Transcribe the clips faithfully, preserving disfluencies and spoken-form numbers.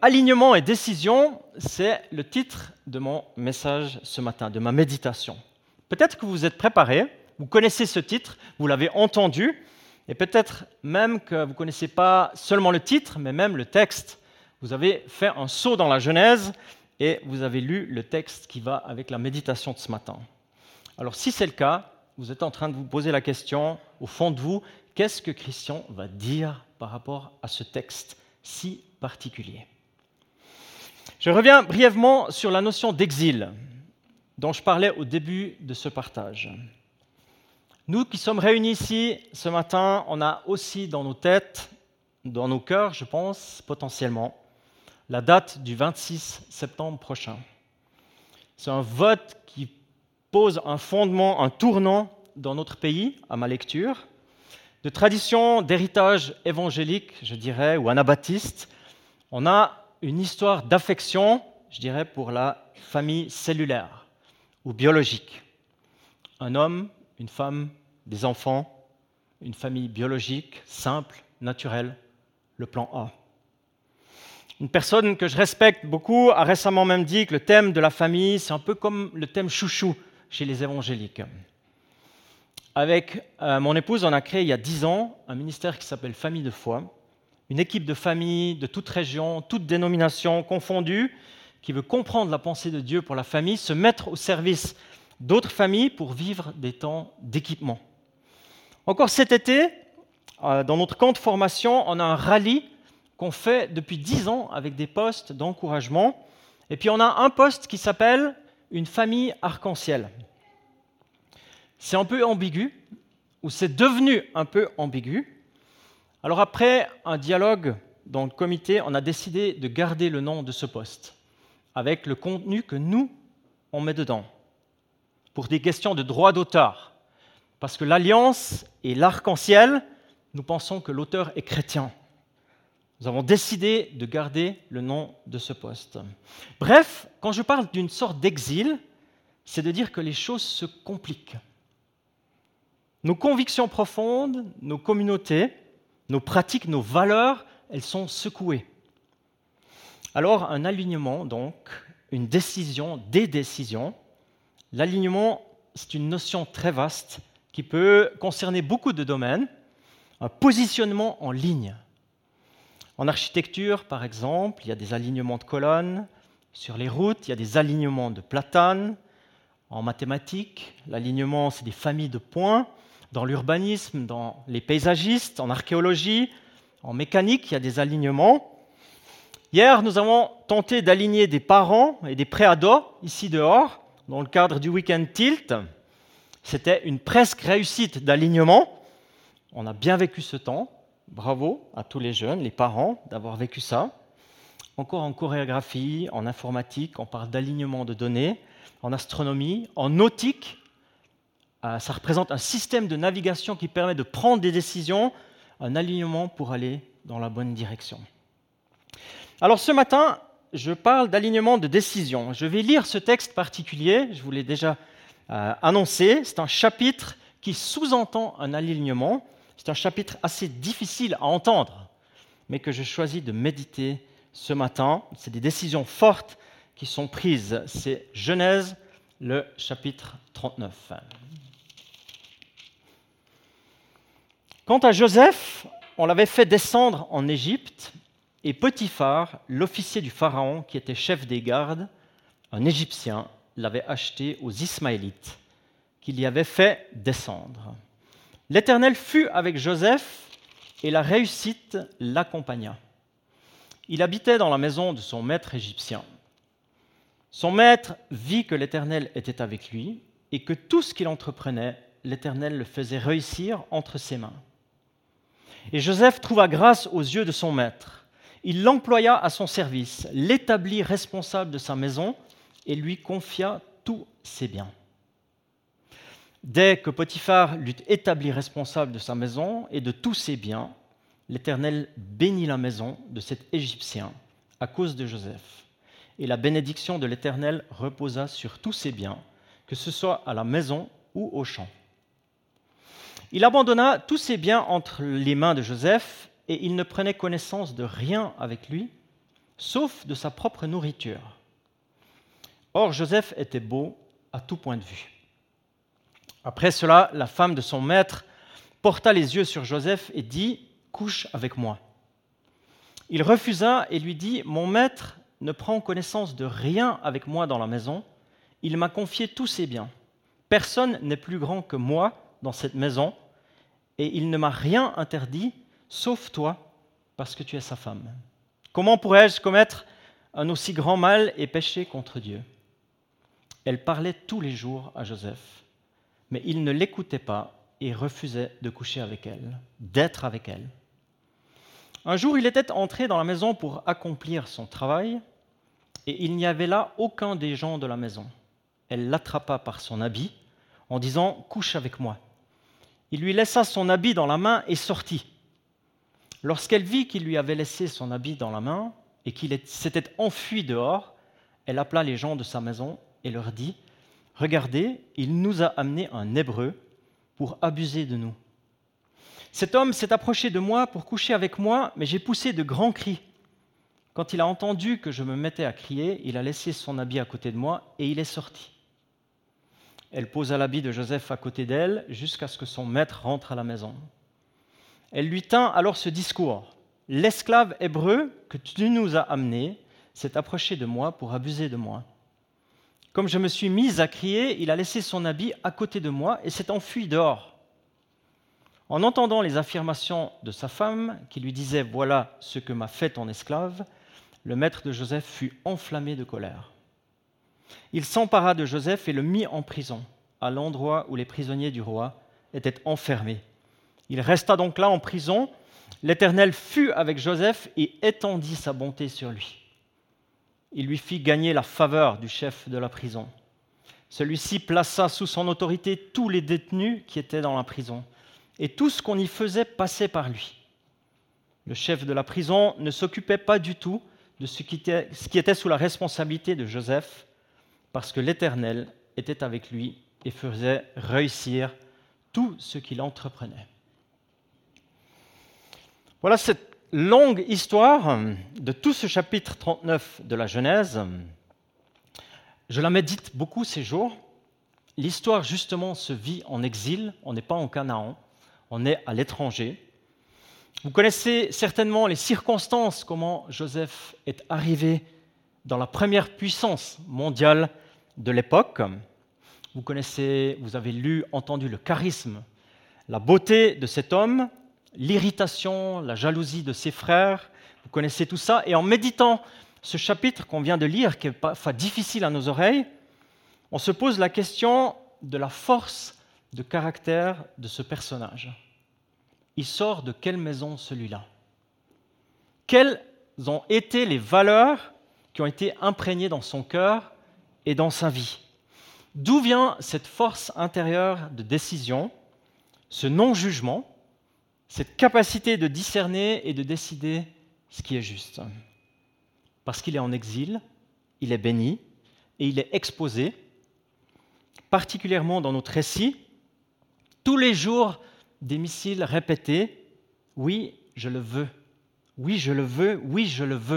alignement et décision, c'est le titre de mon message ce matin, de ma méditation. Peut-être que vous êtes préparés, vous connaissez ce titre, vous l'avez entendu, et peut-être même que vous ne connaissez pas seulement le titre, mais même le texte. Vous avez fait un saut dans la Genèse et vous avez lu le texte qui va avec la méditation de ce matin. Alors si c'est le cas, vous êtes en train de vous poser la question, au fond de vous, qu'est-ce que Christian va dire par rapport à ce texte si particulier ? Je reviens brièvement sur la notion d'exil dont je parlais au début de ce partage. Nous qui sommes réunis ici ce matin, on a aussi dans nos têtes, dans nos cœurs, je pense, potentiellement, la date du vingt-six septembre prochain. C'est un vote qui pose un fondement, un tournant dans notre pays, à ma lecture, de tradition, d'héritage évangélique, je dirais, ou anabaptiste. On a une histoire d'affection, je dirais, pour la famille cellulaire ou biologique. Un homme, une femme, des enfants, une famille biologique, simple, naturelle, le plan A. Une personne que je respecte beaucoup a récemment même dit que le thème de la famille, c'est un peu comme le thème chouchou chez les évangéliques. Avec euh, mon épouse, on a créé il y a dix ans un ministère qui s'appelle Famille de foi, une équipe de familles de toute région, toute dénomination confondue, qui veut comprendre la pensée de Dieu pour la famille, se mettre au service d'autres familles pour vivre des temps d'équipement. Encore cet été, euh, dans notre camp de formation, on a un rallye qu'on fait depuis dix ans avec des postes d'encouragement. Et puis on a un poste qui s'appelle « Une famille arc-en-ciel ». C'est un peu ambigu, ou c'est devenu un peu ambigu. Alors après un dialogue dans le comité, on a décidé de garder le nom de ce poste, avec le contenu que nous, on met dedans, pour des questions de droit d'auteur. Parce que l'Alliance et l'arc-en-ciel, nous pensons que l'auteur est chrétien. Nous avons décidé de garder le nom de ce poste. Bref, quand je parle d'une sorte d'exil, c'est de dire que les choses se compliquent. Nos convictions profondes, nos communautés, nos pratiques, nos valeurs, elles sont secouées. Alors, un alignement, donc, une décision, des décisions. L'alignement, c'est une notion très vaste qui peut concerner beaucoup de domaines. Un positionnement en ligne. En architecture, par exemple, il y a des alignements de colonnes. Sur les routes, il y a des alignements de platanes. En mathématiques, l'alignement, c'est des familles de points. Dans l'urbanisme, dans les paysagistes, en archéologie, en mécanique, il y a des alignements. Hier, nous avons tenté d'aligner des parents et des préados, ici dehors, dans le cadre du week-end Tilt. C'était une presque réussite d'alignement. On a bien vécu ce temps. Bravo à tous les jeunes, les parents, d'avoir vécu ça. Encore en chorégraphie, en informatique, on parle d'alignement de données, en astronomie, en nautique. Ça représente un système de navigation qui permet de prendre des décisions, un alignement pour aller dans la bonne direction. Alors ce matin, je parle d'alignement de décision. Je vais lire ce texte particulier, je vous l'ai déjà euh, annoncé. C'est un chapitre qui sous-entend un alignement. C'est un chapitre assez difficile à entendre, mais que je choisis de méditer ce matin. C'est des décisions fortes qui sont prises. C'est Genèse, le chapitre trente-neuf. Quant à Joseph, on l'avait fait descendre en Égypte, et Potiphar, l'officier du Pharaon, qui était chef des gardes, un Égyptien, l'avait acheté aux Ismaélites, qu'il y avait fait descendre. L'Éternel fut avec Joseph, et la réussite l'accompagna. Il habitait dans la maison de son maître égyptien. Son maître vit que l'Éternel était avec lui, et que tout ce qu'il entreprenait, l'Éternel le faisait réussir entre ses mains. Et Joseph trouva grâce aux yeux de son maître. Il l'employa à son service, l'établit responsable de sa maison et lui confia tous ses biens. Dès que Potiphar l'eut établi responsable de sa maison et de tous ses biens, l'Éternel bénit la maison de cet Égyptien à cause de Joseph. Et la bénédiction de l'Éternel reposa sur tous ses biens, que ce soit à la maison ou au champ. Il abandonna tous ses biens entre les mains de Joseph, et il ne prenait connaissance de rien avec lui, sauf de sa propre nourriture. Or, Joseph était beau à tout point de vue. Après cela, la femme de son maître porta les yeux sur Joseph et dit « Couche avec moi ». Il refusa et lui dit « Mon maître ne prend connaissance de rien avec moi dans la maison. Il m'a confié tous ses biens. Personne n'est plus grand que moi dans cette maison, et il ne m'a rien interdit, sauf toi, parce que tu es sa femme. Comment pourrais-je commettre un aussi grand mal et pécher contre Dieu ?» Elle parlait tous les jours à Joseph, mais il ne l'écoutait pas et refusait de coucher avec elle, d'être avec elle. Un jour, il était entré dans la maison pour accomplir son travail, et il n'y avait là aucun des gens de la maison. Elle l'attrapa par son habit, en disant « Couche avec moi ». Il lui laissa son habit dans la main et sortit. Lorsqu'elle vit qu'il lui avait laissé son habit dans la main et qu'il s'était enfui dehors, elle appela les gens de sa maison et leur dit « Regardez, il nous a amené un Hébreu pour abuser de nous. Cet homme s'est approché de moi pour coucher avec moi, mais j'ai poussé de grands cris. Quand il a entendu que je me mettais à crier, il a laissé son habit à côté de moi et il est sorti. » Elle posa l'habit de Joseph à côté d'elle jusqu'à ce que son maître rentre à la maison. Elle lui tint alors ce discours. « L'esclave hébreu que tu nous as amené s'est approché de moi pour abuser de moi. Comme je me suis mise à crier, il a laissé son habit à côté de moi et s'est enfui dehors. » En entendant les affirmations de sa femme, qui lui disait « Voilà ce que m'a fait ton esclave », le maître de Joseph fut enflammé de colère. Il s'empara de Joseph et le mit en prison, à l'endroit où les prisonniers du roi étaient enfermés. Il resta donc là en prison. L'Éternel fut avec Joseph et étendit sa bonté sur lui. Il lui fit gagner la faveur du chef de la prison. Celui-ci plaça sous son autorité tous les détenus qui étaient dans la prison, et tout ce qu'on y faisait passait par lui. Le chef de la prison ne s'occupait pas du tout de ce qui était, ce qui était sous la responsabilité de Joseph, parce que l'Éternel était avec lui et faisait réussir tout ce qu'il entreprenait. Voilà cette longue histoire de tout ce chapitre trente-neuf de la Genèse. Je la médite beaucoup ces jours. L'histoire, justement, se vit en exil. On n'est pas en Canaan, on est à l'étranger. Vous connaissez certainement les circonstances, comment Joseph est arrivé dans la première puissance mondiale de l'époque. Vous connaissez, vous avez lu, entendu le charisme, la beauté de cet homme, l'irritation, la jalousie de ses frères. Vous connaissez tout ça. Et en méditant ce chapitre qu'on vient de lire, qui est parfois difficile à nos oreilles, on se pose la question de la force de caractère de ce personnage. Il sort de quelle maison celui-là ? Quelles ont été les valeurs qui ont été imprégnées dans son cœur et dans sa vie? D'où vient cette force intérieure de décision, ce non-jugement, cette capacité de discerner et de décider ce qui est juste? Parce qu'il est en exil, il est béni et il est exposé, particulièrement dans notre récit, tous les jours des missiles répétés « Oui, je le veux, oui, je le veux, oui, je le veux ».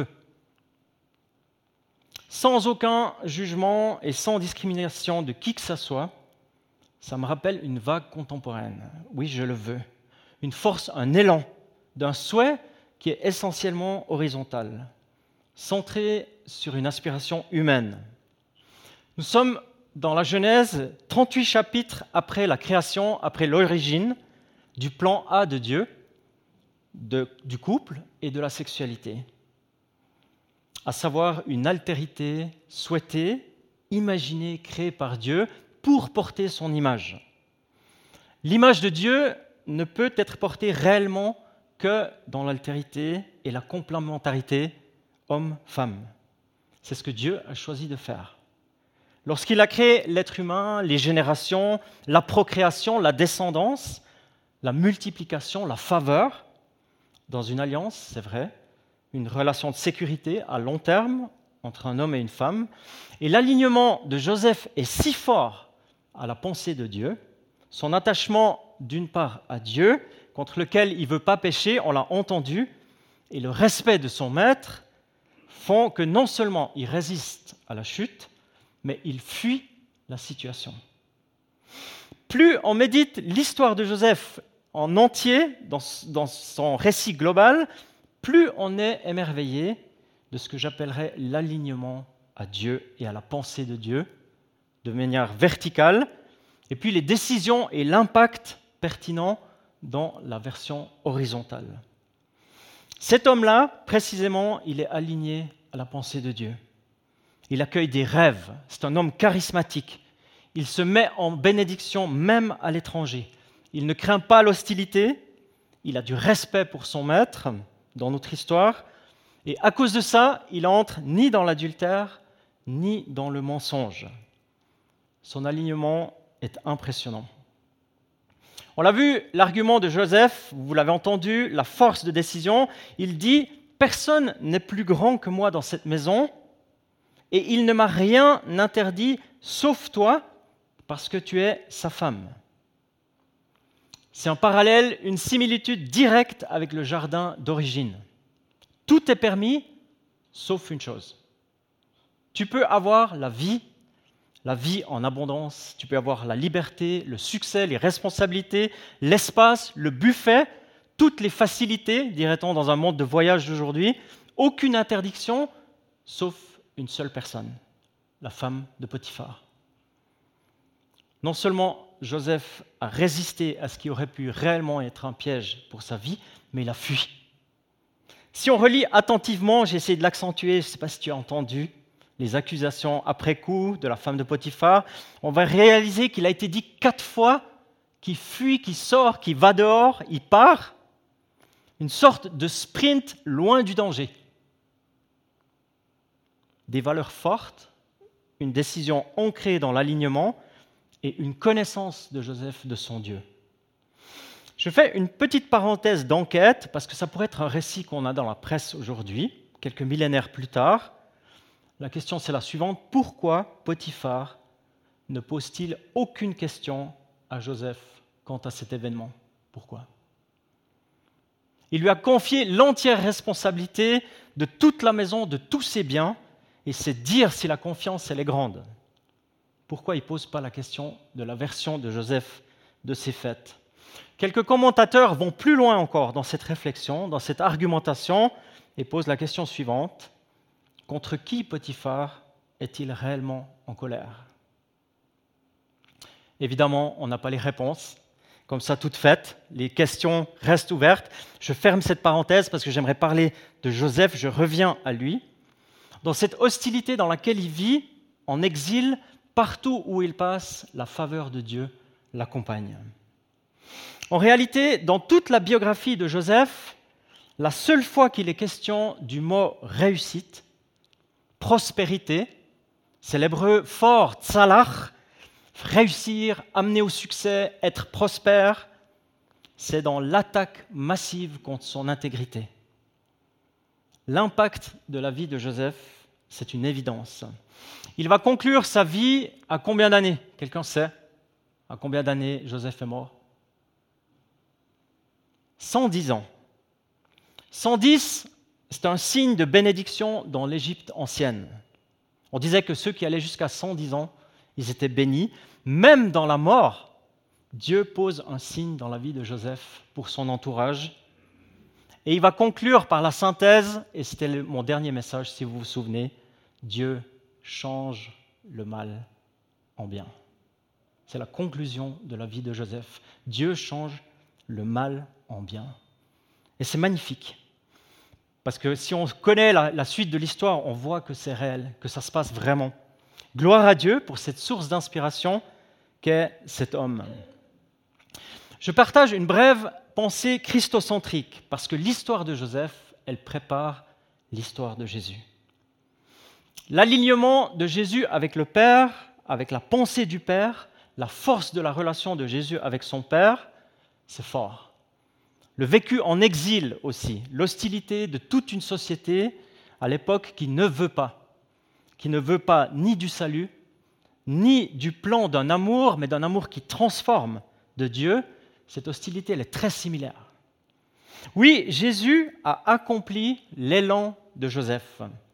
Sans aucun jugement et sans discrimination de qui que ce soit, ça me rappelle une vague contemporaine. Oui, je le veux. Une force, un élan, d'un souhait qui est essentiellement horizontal, centré sur une aspiration humaine. Nous sommes dans la Genèse, trente-huit chapitres après la création, après l'origine du plan A de Dieu, de, du couple et de la sexualité, à savoir une altérité souhaitée, imaginée, créée par Dieu pour porter son image. L'image de Dieu ne peut être portée réellement que dans l'altérité et la complémentarité homme-femme. C'est ce que Dieu a choisi de faire. Lorsqu'il a créé l'être humain, les générations, la procréation, la descendance, la multiplication, la faveur, dans une alliance, c'est vrai, une relation de sécurité à long terme entre un homme et une femme. Et l'alignement de Joseph est si fort à la pensée de Dieu, son attachement d'une part à Dieu, contre lequel il ne veut pas pécher, on l'a entendu, et le respect de son maître font que non seulement il résiste à la chute, mais il fuit la situation. Plus on médite l'histoire de Joseph en entier, dans, dans son récit global, plus on est émerveillé de ce que j'appellerais l'alignement à Dieu et à la pensée de Dieu, de manière verticale, et puis les décisions et l'impact pertinent dans la version horizontale. Cet homme-là, précisément, il est aligné à la pensée de Dieu. Il accueille des rêves, c'est un homme charismatique. Il se met en bénédiction même à l'étranger. Il ne craint pas l'hostilité, il a du respect pour son maître dans notre histoire, et à cause de ça, il entre ni dans l'adultère, ni dans le mensonge. Son alignement est impressionnant. On l'a vu, l'argument de Joseph, vous l'avez entendu, la force de décision, il dit « Personne n'est plus grand que moi dans cette maison, et il ne m'a rien interdit, sauf toi, parce que tu es sa femme. » C'est en parallèle une similitude directe avec le jardin d'origine. Tout est permis, sauf une chose. Tu peux avoir la vie, la vie en abondance, tu peux avoir la liberté, le succès, les responsabilités, l'espace, le buffet, toutes les facilités, dirait-on dans un monde de voyage d'aujourd'hui, aucune interdiction, sauf une seule personne, la femme de Potiphar. Non seulement Joseph a résisté à ce qui aurait pu réellement être un piège pour sa vie, mais il a fui. Si on relit attentivement, j'ai essayé de l'accentuer, je ne sais pas si tu as entendu, les accusations après coup de la femme de Potiphar, on va réaliser qu'il a été dit quatre fois qu'il fuit, qu'il sort, qu'il va dehors, il part. Une sorte de sprint loin du danger. Des valeurs fortes, une décision ancrée dans l'alignement et une connaissance de Joseph de son Dieu. Je fais une petite parenthèse d'enquête parce que ça pourrait être un récit qu'on a dans la presse aujourd'hui, quelques millénaires plus tard. La question, c'est la suivante. Pourquoi Potiphar ne pose-t-il aucune question à Joseph quant à cet événement? Pourquoi? Il lui a confié l'entière responsabilité de toute la maison, de tous ses biens, et c'est dire si la confiance, elle est grande. Pourquoi il ne pose pas la question de la version de Joseph de ces faits? Quelques commentateurs vont plus loin encore dans cette réflexion, dans cette argumentation, et posent la question suivante. Contre qui Potiphar est-il réellement en colère? Évidemment, on n'a pas les réponses, comme ça toutes faites. Les questions restent ouvertes. Je ferme cette parenthèse parce que j'aimerais parler de Joseph, je reviens à lui. Dans cette hostilité dans laquelle il vit, en exil, partout où il passe, la faveur de Dieu l'accompagne. En réalité, dans toute la biographie de Joseph, la seule fois qu'il est question du mot réussite, prospérité, c'est l'hébreu fort, tzalach, réussir, amener au succès, être prospère, c'est dans l'attaque massive contre son intégrité. L'impact de la vie de Joseph, c'est une évidence. Il va conclure sa vie à combien d'années? Quelqu'un sait? À combien d'années Joseph est mort? cent dix ans. cent dix, c'est un signe de bénédiction dans l'Égypte ancienne. On disait que ceux qui allaient jusqu'à cent dix ans, ils étaient bénis. Même dans la mort, Dieu pose un signe dans la vie de Joseph pour son entourage. Et il va conclure par la synthèse, et c'était le, mon dernier message, si vous vous souvenez, Dieu change le mal en bien. C'est la conclusion de la vie de Joseph. Dieu change le mal en bien. Et c'est magnifique. Parce que si on connaît la, la suite de l'histoire, on voit que c'est réel, que ça se passe vraiment. Gloire à Dieu pour cette source d'inspiration qu'est cet homme. Je partage une brève pensée christocentrique, parce que l'histoire de Joseph, elle prépare l'histoire de Jésus. L'alignement de Jésus avec le Père, avec la pensée du Père, la force de la relation de Jésus avec son Père, c'est fort. Le vécu en exil aussi, l'hostilité de toute une société à l'époque qui ne veut pas, qui ne veut pas ni du salut, ni du plan d'un amour, mais d'un amour qui transforme de Dieu, cette hostilité, elle est très similaire. Oui, Jésus a accompli l'élan de Joseph.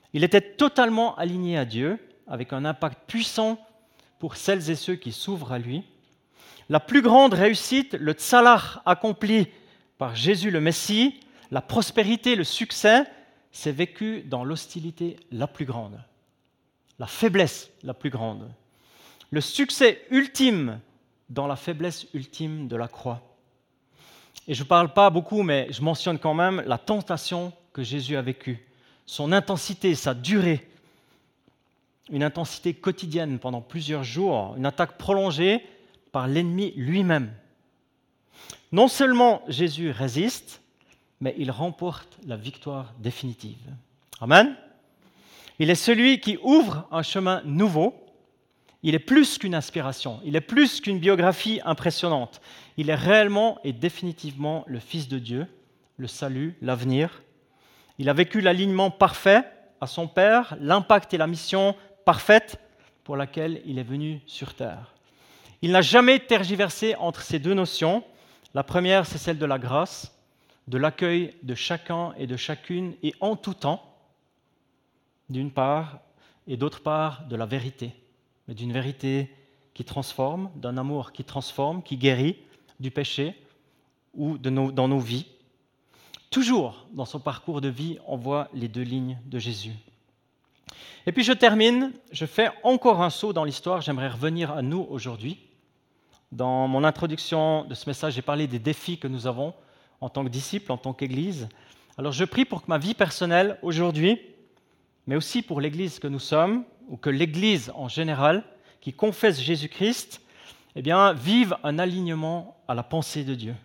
Il était totalement aligné à Dieu, avec un impact puissant pour celles et ceux qui s'ouvrent à lui. La plus grande réussite, le tsalar accompli par Jésus le Messie, la prospérité, le succès, s'est vécu dans l'hostilité la plus grande, la faiblesse la plus grande, le succès ultime dans la faiblesse ultime de la croix. Et je ne parle pas beaucoup, mais je mentionne quand même la tentation que Jésus a vécue, son intensité, sa durée, une intensité quotidienne pendant plusieurs jours, une attaque prolongée par l'ennemi lui-même. Non seulement Jésus résiste, mais il remporte la victoire définitive. Amen. Il est celui qui ouvre un chemin nouveau. Il est plus qu'une inspiration, il est plus qu'une biographie impressionnante. Il est réellement et définitivement le Fils de Dieu, le salut, l'avenir. Il a vécu l'alignement parfait à son Père, l'impact et la mission parfaite pour laquelle il est venu sur terre. Il n'a jamais tergiversé entre ces deux notions. La première, c'est celle de la grâce, de l'accueil de chacun et de chacune, et en tout temps, d'une part, et d'autre part, de la vérité. Mais d'une vérité qui transforme, d'un amour qui transforme, qui guérit du péché ou de nos, dans nos vies. Toujours dans son parcours de vie, on voit les deux lignes de Jésus. Et puis je termine, je fais encore un saut dans l'histoire, j'aimerais revenir à nous aujourd'hui. Dans mon introduction de ce message, j'ai parlé des défis que nous avons en tant que disciples, en tant qu'Église. Alors je prie pour que ma vie personnelle aujourd'hui, mais aussi pour l'Église que nous sommes, ou que l'Église en général, qui confesse Jésus-Christ, eh bien, vive un alignement à la pensée de Dieu.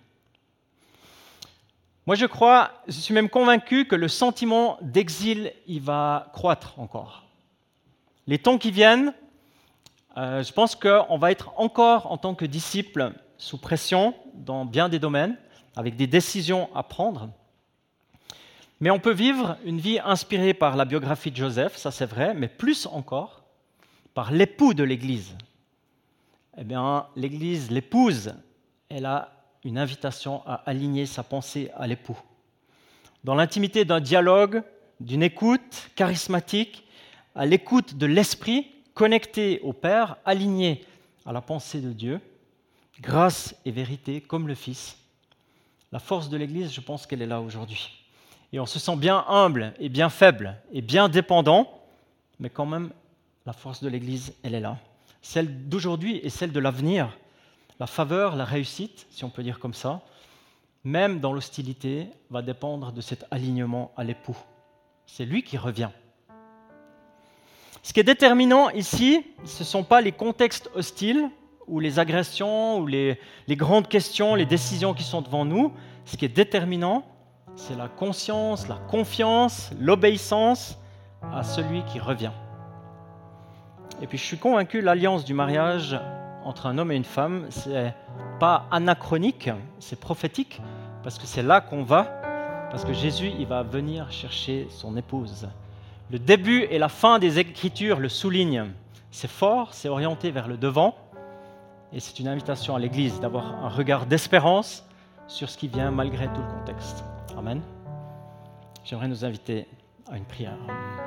Moi, je crois, je suis même convaincu que le sentiment d'exil, il va croître encore. Les temps qui viennent, euh, je pense qu'on va être encore, en tant que disciples, sous pression dans bien des domaines, avec des décisions à prendre. Mais on peut vivre une vie inspirée par la biographie de Joseph, ça c'est vrai, mais plus encore par l'époux de l'Église. Eh bien, l'Église, l'épouse, elle a une invitation à aligner sa pensée à l'époux. Dans l'intimité d'un dialogue, d'une écoute charismatique, à l'écoute de l'esprit, connecté au Père, aligné à la pensée de Dieu, grâce et vérité comme le Fils. La force de l'Église, je pense qu'elle est là aujourd'hui. Et on se sent bien humble et bien faible et bien dépendant, mais quand même, la force de l'Église, elle est là. Celle d'aujourd'hui et celle de l'avenir. La faveur, la réussite, si on peut dire comme ça, même dans l'hostilité, va dépendre de cet alignement à l'époux. C'est lui qui revient. Ce qui est déterminant ici, ce ne sont pas les contextes hostiles, ou les agressions, ou les, les grandes questions, les décisions qui sont devant nous. Ce qui est déterminant, c'est la conscience, la confiance, l'obéissance à celui qui revient. Et puis je suis convaincu, l'alliance du mariage entre un homme et une femme, c'est pas anachronique, c'est prophétique, parce que c'est là qu'on va, parce que Jésus, il va venir chercher son épouse. Le début et la fin des Écritures le soulignent. C'est fort, c'est orienté vers le devant, et c'est une invitation à l'Église d'avoir un regard d'espérance sur ce qui vient malgré tout le contexte. Amen. J'aimerais nous inviter à une prière.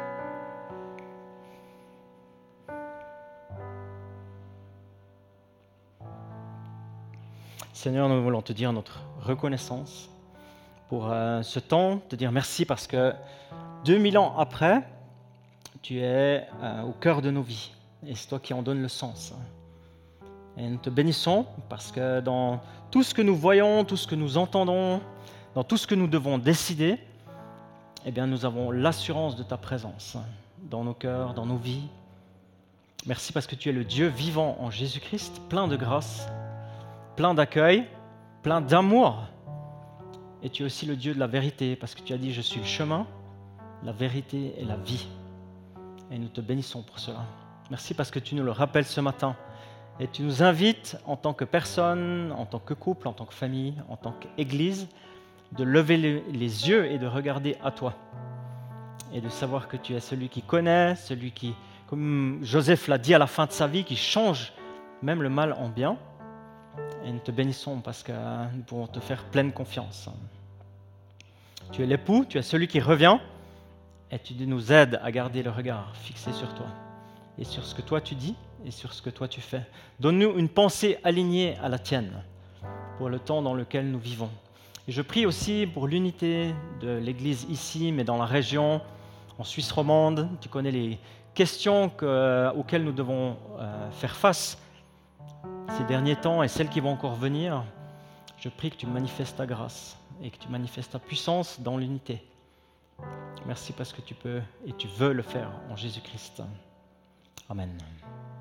Seigneur, nous voulons te dire notre reconnaissance pour euh, ce temps, te dire merci parce que deux mille ans après, tu es euh, au cœur de nos vies et c'est toi qui en donnes le sens. Et nous te bénissons parce que dans tout ce que nous voyons, tout ce que nous entendons, dans tout ce que nous devons décider, eh bien, nous avons l'assurance de ta présence dans nos cœurs, dans nos vies. Merci parce que tu es le Dieu vivant en Jésus-Christ, plein de grâce, plein d'accueil, plein d'amour. Et tu es aussi le Dieu de la vérité, parce que tu as dit « Je suis le chemin, la vérité et la vie ». Et nous te bénissons pour cela. Merci parce que tu nous le rappelles ce matin. Et tu nous invites en tant que personne, en tant que couple, en tant que famille, en tant qu'Église, de lever les yeux et de regarder à toi. Et de savoir que tu es celui qui connaît, celui qui, comme Joseph l'a dit à la fin de sa vie, qui change même le mal en bien. Et nous te bénissons parce que nous pouvons te faire pleine confiance. Tu es l'époux, tu es celui qui revient. et tu nous aides à garder le regard fixé sur toi et sur ce que toi tu dis et sur ce que toi tu fais. Donne-nous une pensée alignée à la tienne pour le temps dans lequel nous vivons. Et je prie aussi pour l'unité de l'Église ici, mais dans la région, en Suisse romande. Tu connais les questions que, auxquelles nous devons euh, faire face ces derniers temps et celles qui vont encore venir. Je prie que tu manifestes ta grâce et que tu manifestes ta puissance dans l'unité. Merci parce que tu peux et tu veux le faire en Jésus-Christ. Amen.